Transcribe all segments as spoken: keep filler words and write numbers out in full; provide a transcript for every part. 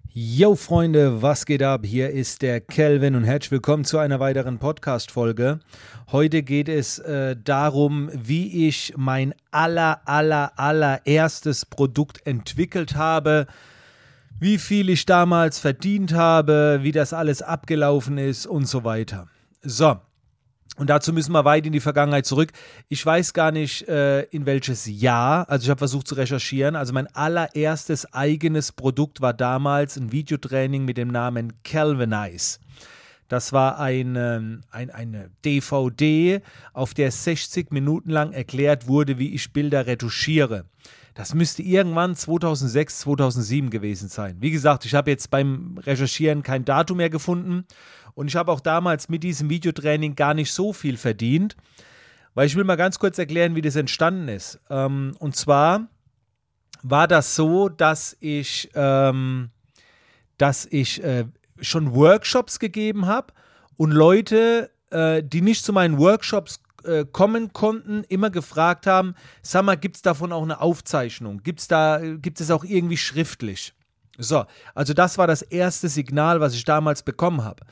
Yo Freunde, was geht ab? Hier ist der Kelvin und herzlich willkommen zu einer weiteren Podcast-Folge. Heute geht es äh, darum, wie ich mein aller, aller, allererstes Produkt entwickelt habe, wie viel ich damals verdient habe, wie das alles abgelaufen ist und so weiter. So. Und dazu müssen wir weit in die Vergangenheit zurück. Ich weiß gar nicht, äh, in welches Jahr, also ich habe versucht zu recherchieren, also mein allererstes eigenes Produkt war damals ein Videotraining mit dem Namen Kelvinize. Das war eine, ein, eine D V D, auf der sechzig Minuten lang erklärt wurde, wie ich Bilder retuschiere. Das müsste irgendwann zweitausendsechs, zweitausendsieben gewesen sein. Wie gesagt, ich habe jetzt beim Recherchieren kein Datum mehr gefunden und ich habe auch damals mit diesem Videotraining gar nicht so viel verdient, weil ich will mal ganz kurz erklären, wie das entstanden ist. Ähm, und zwar war das so, dass ich, ähm, dass ich äh, schon Workshops gegeben habe und Leute, äh, die nicht zu meinen Workshops äh, kommen konnten, immer gefragt haben, sag mal, gibt es davon auch eine Aufzeichnung? Gibt's da, gibt es auch irgendwie schriftlich? So, also das war das erste Signal, was ich damals bekommen habe.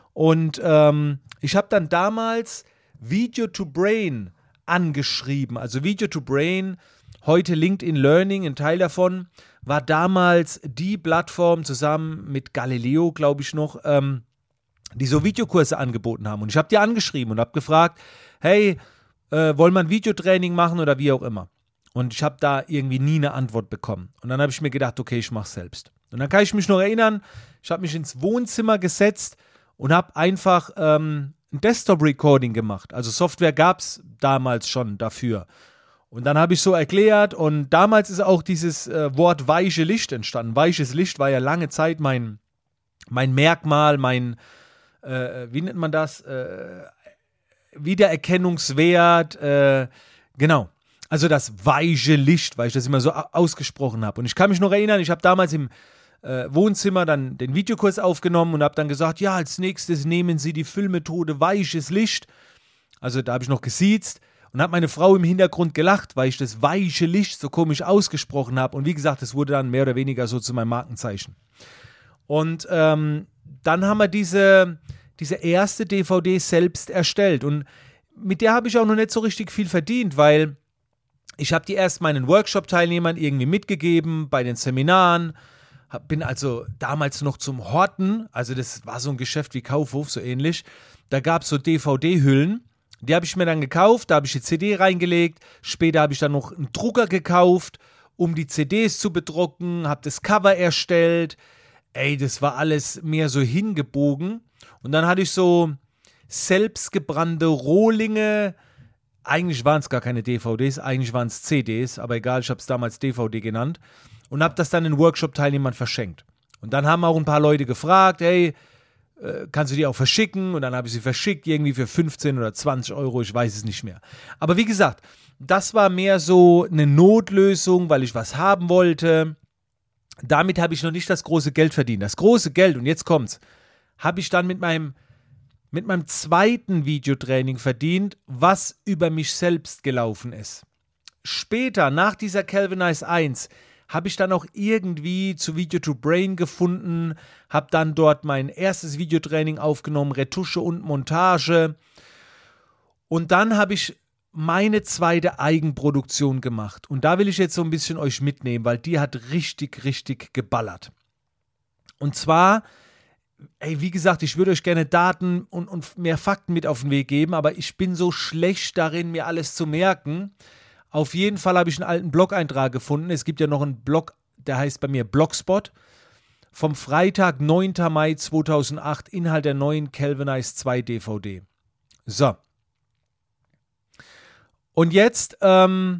Und ähm, ich habe dann damals Video to Brain angeschrieben. Also Video to Brain, heute LinkedIn Learning, ein Teil davon, war damals die Plattform zusammen mit Galileo, glaube ich noch, ähm, die so Videokurse angeboten haben. Und ich habe die angeschrieben und habe gefragt, hey, äh, wollen wir ein Videotraining machen oder wie auch immer. Und ich habe da irgendwie nie eine Antwort bekommen. Und dann habe ich mir gedacht, okay, ich mache es selbst. Und dann kann ich mich noch erinnern, ich habe mich ins Wohnzimmer gesetzt und habe einfach ähm, ein Desktop-Recording gemacht. Also Software gab es damals schon dafür. Und dann habe ich so erklärt und damals ist auch dieses äh, Wort weiche Licht entstanden. Weiches Licht war ja lange Zeit mein, mein Merkmal, mein, äh, wie nennt man das, äh, Wiedererkennungswert, äh, genau. Also das weiche Licht, weil ich das immer so ausgesprochen habe. Und ich kann mich noch erinnern, ich habe damals im äh, Wohnzimmer dann den Videokurs aufgenommen und habe dann gesagt, ja, als nächstes nehmen Sie die Füllmethode weiches Licht. Also da habe ich noch gesiezt und habe meine Frau im Hintergrund gelacht, weil ich das weiche Licht so komisch ausgesprochen habe. Und wie gesagt, das wurde dann mehr oder weniger so zu meinem Markenzeichen. Und ähm, dann haben wir diese, diese erste D V D selbst erstellt. Und mit der habe ich auch noch nicht so richtig viel verdient, weil ich habe die erst meinen Workshop-Teilnehmern irgendwie mitgegeben bei den Seminaren. Hab, bin also damals noch zum Horten, also das war so ein Geschäft wie Kaufhof, so ähnlich. Da gab es so D V D-Hüllen. Die habe ich mir dann gekauft, da habe ich die C D reingelegt. Später habe ich dann noch einen Drucker gekauft, um die C Ds zu bedrucken, habe das Cover erstellt. Ey, das war alles mehr so hingebogen. Und dann hatte ich so selbstgebrannte Rohlinge. Eigentlich waren es gar keine D V Ds, eigentlich waren es C Ds, aber egal, ich habe es damals D V D genannt. Und habe das dann den Workshop-Teilnehmern verschenkt. Und dann haben auch ein paar Leute gefragt, hey, äh, kannst du die auch verschicken? Und dann habe ich sie verschickt, irgendwie für fünfzehn oder zwanzig Euro, ich weiß es nicht mehr. Aber wie gesagt, das war mehr so eine Notlösung, weil ich was haben wollte. Damit habe ich noch nicht das große Geld verdient. Das große Geld, und jetzt kommt's, habe ich dann mit meinem, mit meinem zweiten Videotraining verdient, was über mich selbst gelaufen ist. Später, nach dieser Kelvinize eins, habe ich dann auch irgendwie zu Video to Brain gefunden, habe dann dort mein erstes Videotraining aufgenommen, Retusche und Montage. Und dann habe ich meine zweite Eigenproduktion gemacht. Und da will ich jetzt so ein bisschen euch mitnehmen, weil die hat richtig, richtig geballert. Und zwar, ey, wie gesagt, ich würde euch gerne Daten und, und mehr Fakten mit auf den Weg geben, aber ich bin so schlecht darin, mir alles zu merken. Auf jeden Fall habe ich einen alten Blog-Eintrag gefunden. Es gibt ja noch einen Blog, der heißt bei mir Blogspot. Vom Freitag, neunten Mai zweitausendacht, Inhalt der neuen Kelvinize zwei D V D. So. Und jetzt, ähm,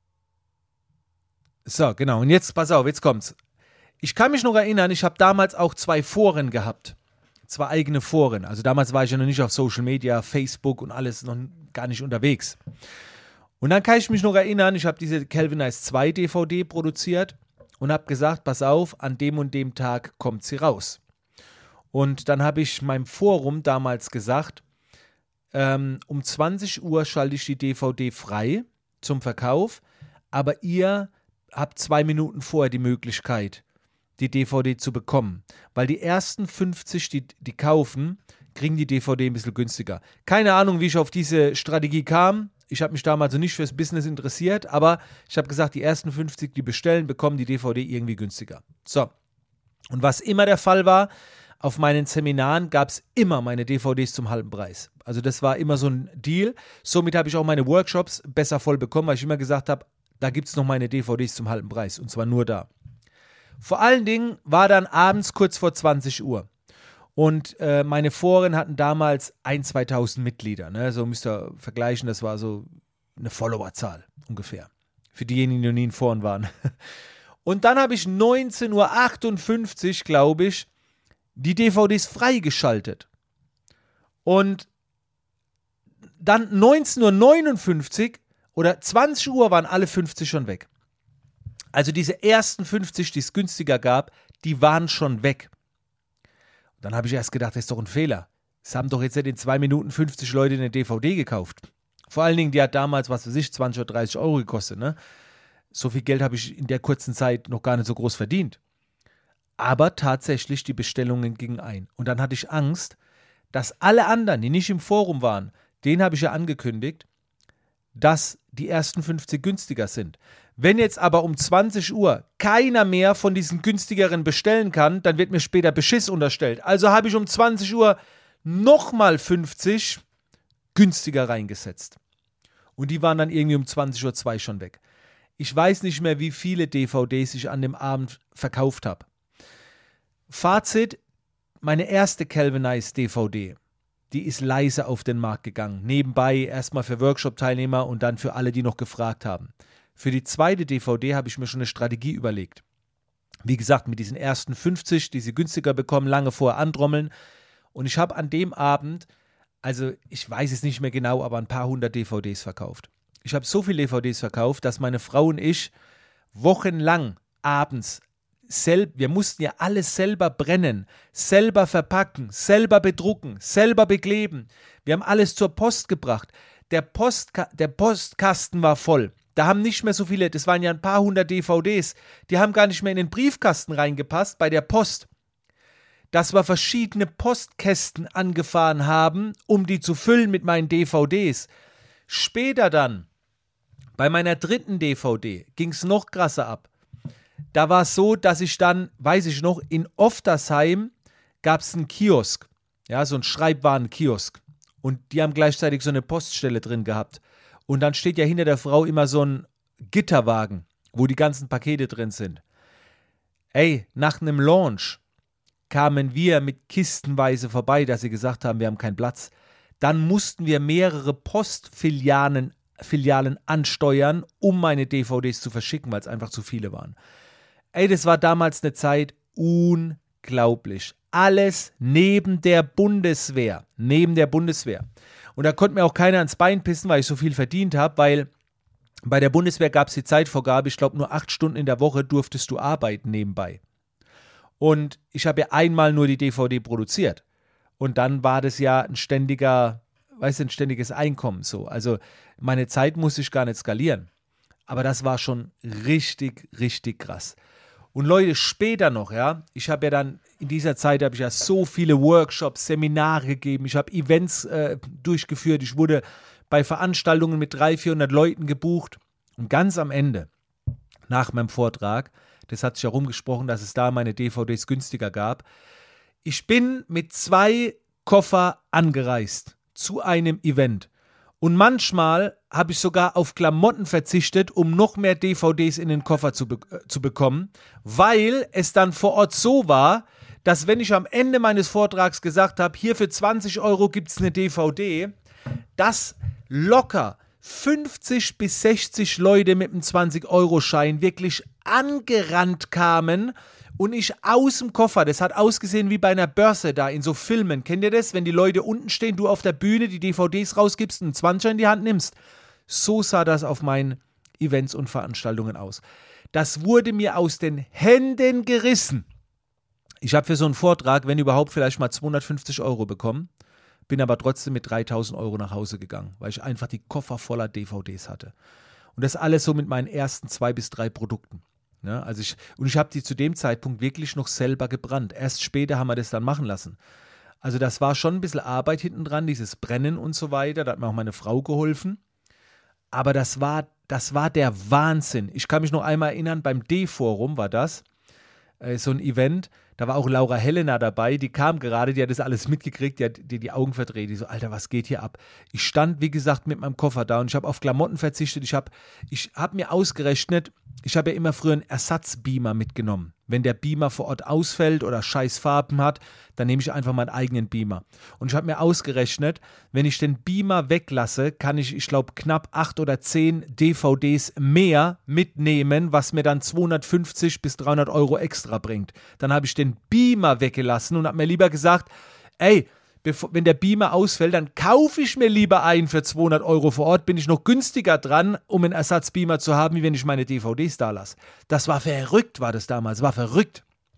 so, genau. Und jetzt, pass auf, jetzt kommt's. Ich kann mich noch erinnern, ich habe damals auch zwei Foren gehabt. Zwei eigene Foren. Also damals war ich ja noch nicht auf Social Media, Facebook und alles noch gar nicht unterwegs. Und dann kann ich mich noch erinnern, ich habe diese Kelvinize zwei D V D produziert und habe gesagt, pass auf, an dem und dem Tag kommt sie raus. Und dann habe ich meinem Forum damals gesagt, ähm, um zwanzig Uhr schalte ich die D V D frei zum Verkauf, aber ihr habt zwei Minuten vorher die Möglichkeit, die D V D zu bekommen, weil die ersten fünfzig, die, die kaufen, kriegen die D V D ein bisschen günstiger. Keine Ahnung, wie ich auf diese Strategie kam. Ich habe mich damals so nicht fürs Business interessiert, aber ich habe gesagt, die ersten fünfzig, die bestellen, bekommen die D V D irgendwie günstiger. So. Und was immer der Fall war, auf meinen Seminaren gab es immer meine D V Ds zum halben Preis. Also das war immer so ein Deal. Somit habe ich auch meine Workshops besser voll bekommen, weil ich immer gesagt habe, da gibt es noch meine D V Ds zum halben Preis. Und zwar nur da. Vor allen Dingen war dann abends kurz vor zwanzig Uhr. Und äh, meine Foren hatten damals eintausend, zweitausend Mitglieder. Ne? So müsst ihr vergleichen, das war so eine Followerzahl ungefähr. Für diejenigen, die noch nie in Foren waren. Und dann habe ich neunzehn Uhr achtundfünfzig, glaube ich, die D V Ds freigeschaltet. Und dann neunzehn Uhr neunundfünfzig oder zwanzig Uhr waren alle fünfzig schon weg. Also diese ersten fünfzig, die es günstiger gab, die waren schon weg. Und dann habe ich erst gedacht, das ist doch ein Fehler. Es haben doch jetzt in zwei Minuten fünfzig Leute eine D V D gekauft. Vor allen Dingen, die hat damals, was weiß ich, zwanzig oder dreißig Euro gekostet. Ne? So viel Geld habe ich in der kurzen Zeit noch gar nicht so groß verdient. Aber tatsächlich, die Bestellungen gingen ein. Und dann hatte ich Angst, dass alle anderen, die nicht im Forum waren, denen habe ich ja angekündigt, dass die ersten fünfzig günstiger sind. Wenn jetzt aber um zwanzig Uhr keiner mehr von diesen günstigeren bestellen kann, dann wird mir später Beschiss unterstellt. Also habe ich um zwanzig Uhr nochmal fünfzig günstiger reingesetzt. Und die waren dann irgendwie um zwanzig Uhr zwei schon weg. Ich weiß nicht mehr, wie viele D V Ds ich an dem Abend verkauft habe. Fazit, meine erste Calvinize D V D, die ist leise auf den Markt gegangen. Nebenbei erstmal für Workshop-Teilnehmer und dann für alle, die noch gefragt haben. Für die zweite D V D habe ich mir schon eine Strategie überlegt. Wie gesagt, mit diesen ersten fünfzig, die sie günstiger bekommen, lange vorher andrommeln. Und ich habe an dem Abend, also ich weiß es nicht mehr genau, aber ein paar hundert D V Ds verkauft. Ich habe so viele D V Ds verkauft, dass meine Frau und ich wochenlang abends, sel- wir mussten ja alles selber brennen, selber verpacken, selber bedrucken, selber bekleben. Wir haben alles zur Post gebracht. Der, Postka- der Postkasten war voll. Da haben nicht mehr so viele, das waren ja ein paar hundert D V Ds, die haben gar nicht mehr in den Briefkasten reingepasst bei der Post. Dass wir verschiedene Postkästen angefahren haben, um die zu füllen mit meinen D V Ds. Später dann, bei meiner dritten D V D, ging es noch krasser ab. Da war es so, dass ich dann, weiß ich noch, in Oftersheim gab es einen Kiosk, ja, so einen Schreibwarenkiosk. Und die haben gleichzeitig so eine Poststelle drin gehabt. Und dann steht ja hinter der Frau immer so ein Gitterwagen, wo die ganzen Pakete drin sind. Ey, nach einem Launch kamen wir mit kistenweise vorbei, dass sie gesagt haben, wir haben keinen Platz. Dann mussten wir mehrere Postfilialen Filialen ansteuern, um meine D V Ds zu verschicken, weil es einfach zu viele waren. Ey, das war damals eine Zeit unglaublich. Alles neben der Bundeswehr. Neben der Bundeswehr. Und da konnte mir auch keiner ans Bein pissen, weil ich so viel verdient habe, weil bei der Bundeswehr gab es die Zeitvorgabe, ich glaube nur acht Stunden in der Woche durftest du arbeiten nebenbei. Und ich habe ja einmal nur die D V D produziert. Und dann war das ja ein ständiger, weißt du, ein ständiges Einkommen so. Also meine Zeit musste ich gar nicht skalieren. Aber das war schon richtig, richtig krass. Und Leute, später noch, ja, ich habe ja dann, in dieser Zeit habe ich ja so viele Workshops, Seminare gegeben, ich habe Events äh, durchgeführt, ich wurde bei Veranstaltungen mit dreihundert, vierhundert Leuten gebucht. Und ganz am Ende, nach meinem Vortrag, das hat sich herumgesprochen, dass es da meine D V Ds günstiger gab, ich bin mit zwei Koffer angereist zu einem Event. Und manchmal habe ich sogar auf Klamotten verzichtet, um noch mehr D V Ds in den Koffer zu, be- äh, zu bekommen, weil es dann vor Ort so war, dass wenn ich am Ende meines Vortrags gesagt habe, hier für zwanzig Euro gibt es eine D V D, dass locker fünfzig bis sechzig Leute mit einem zwanzig-Euro-Schein wirklich angerannt kamen und ich aus dem Koffer, das hat ausgesehen wie bei einer Börse da in so Filmen. Kennt ihr das? Wenn die Leute unten stehen, du auf der Bühne die D V Ds rausgibst und einen Zwanziger in die Hand nimmst. So sah das auf meinen Events und Veranstaltungen aus. Das wurde mir aus den Händen gerissen. Ich habe für so einen Vortrag, wenn überhaupt, vielleicht mal zweihundertfünfzig Euro bekommen, bin aber trotzdem mit dreitausend Euro nach Hause gegangen, weil ich einfach die Koffer voller D V Ds hatte. Und das alles so mit meinen ersten zwei bis drei Produkten. Ne? Also ich, und ich habe die zu dem Zeitpunkt wirklich noch selber gebrannt. Erst später haben wir das dann machen lassen. Also das war schon ein bisschen Arbeit hinten dran, dieses Brennen und so weiter. Da hat mir auch meine Frau geholfen. Aber das war, das war der Wahnsinn. Ich kann mich noch einmal erinnern, beim D-Forum war das, äh, so ein Event. Da war auch Laura Helena dabei, die kam gerade, die hat das alles mitgekriegt, die hat die, die Augen verdreht, die so, Alter, was geht hier ab? Ich stand, wie gesagt, mit meinem Koffer da und ich habe auf Klamotten verzichtet, ich habe ich hab mir ausgerechnet, ich habe ja immer früher einen Ersatzbeamer mitgenommen. Wenn der Beamer vor Ort ausfällt oder scheiß Farben hat, dann nehme ich einfach meinen eigenen Beamer. Und ich habe mir ausgerechnet, wenn ich den Beamer weglasse, kann ich, ich glaube, knapp acht oder zehn D V Ds mehr mitnehmen, was mir dann zweihundertfünfzig bis dreihundert Euro extra bringt. Dann habe ich den Beamer weggelassen und habe mir lieber gesagt, ey, Bevor, wenn der Beamer ausfällt, dann kaufe ich mir lieber einen für zweihundert Euro vor Ort, bin ich noch günstiger dran, um einen Ersatzbeamer zu haben, wie wenn ich meine D V Ds da lasse. Das war verrückt, war das damals, war verrückt.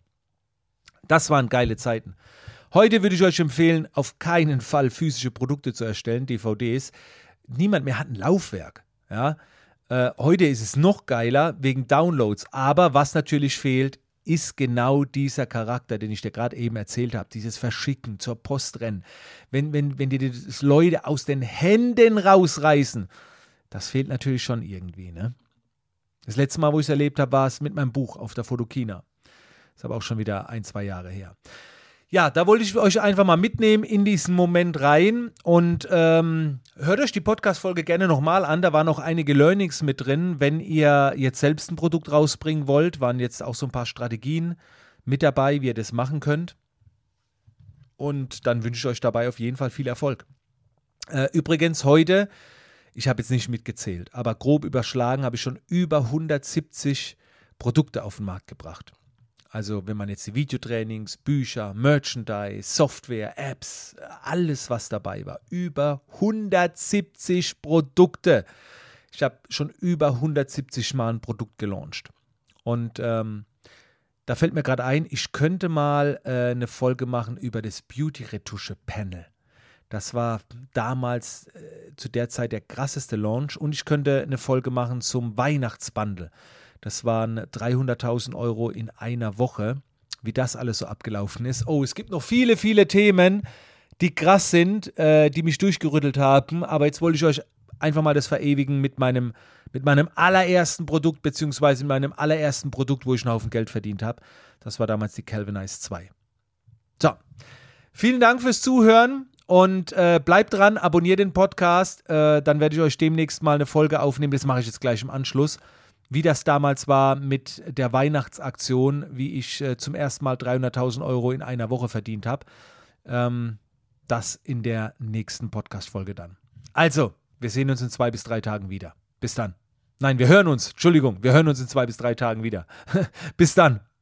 Das waren geile Zeiten. Heute würde ich euch empfehlen, auf keinen Fall physische Produkte zu erstellen, D V Ds. Niemand mehr hat ein Laufwerk. Ja? Äh, heute ist es noch geiler wegen Downloads, aber was natürlich fehlt, ist genau dieser Charakter, den ich dir gerade eben erzählt habe, dieses Verschicken, zur Post rennen. Wenn, wenn, wenn dir das Leute aus den Händen rausreißen, das fehlt natürlich schon irgendwie. Ne? Das letzte Mal, wo ich es erlebt habe, war es mit meinem Buch auf der Fotokina. Ist aber auch schon wieder ein, zwei Jahre her. Ja, da wollte ich euch einfach mal mitnehmen in diesen Moment rein und ähm, hört euch die Podcast-Folge gerne nochmal an, da waren noch einige Learnings mit drin, wenn ihr jetzt selbst ein Produkt rausbringen wollt, waren jetzt auch so ein paar Strategien mit dabei, wie ihr das machen könnt und dann wünsche ich euch dabei auf jeden Fall viel Erfolg. Äh, übrigens heute, ich habe jetzt nicht mitgezählt, aber grob überschlagen habe ich schon über hundertsiebzig Produkte auf den Markt gebracht. Also wenn man jetzt die Videotrainings, Bücher, Merchandise, Software, Apps, alles was dabei war, über hundertsiebzig Produkte. Ich habe schon über hundertsiebzig Mal ein Produkt gelauncht. Und ähm, da fällt mir gerade ein, ich könnte mal äh, eine Folge machen über das Beauty-Retusche-Panel. Das war damals äh, zu der Zeit der krasseste Launch. Und ich könnte eine Folge machen zum Weihnachtsbundle. Das waren dreihunderttausend Euro in einer Woche, wie das alles so abgelaufen ist. Oh, es gibt noch viele, viele Themen, die krass sind, äh, die mich durchgerüttelt haben. Aber jetzt wollte ich euch einfach mal das verewigen mit meinem, mit meinem allerersten Produkt, beziehungsweise mit meinem allerersten Produkt, wo ich einen Haufen Geld verdient habe. Das war damals die Calvinize zwei. So, vielen Dank fürs Zuhören. Und äh, bleibt dran, abonniert den Podcast. Äh, dann werde ich euch demnächst mal eine Folge aufnehmen. Das mache ich jetzt gleich im Anschluss. Wie das damals war mit der Weihnachtsaktion, wie ich äh, zum ersten Mal dreihunderttausend Euro in einer Woche verdient habe. Ähm, das in der nächsten Podcast-Folge dann. Also, wir sehen uns in zwei bis drei Tagen wieder. Bis dann. Nein, wir hören uns. Entschuldigung, wir hören uns in zwei bis drei Tagen wieder. Bis dann.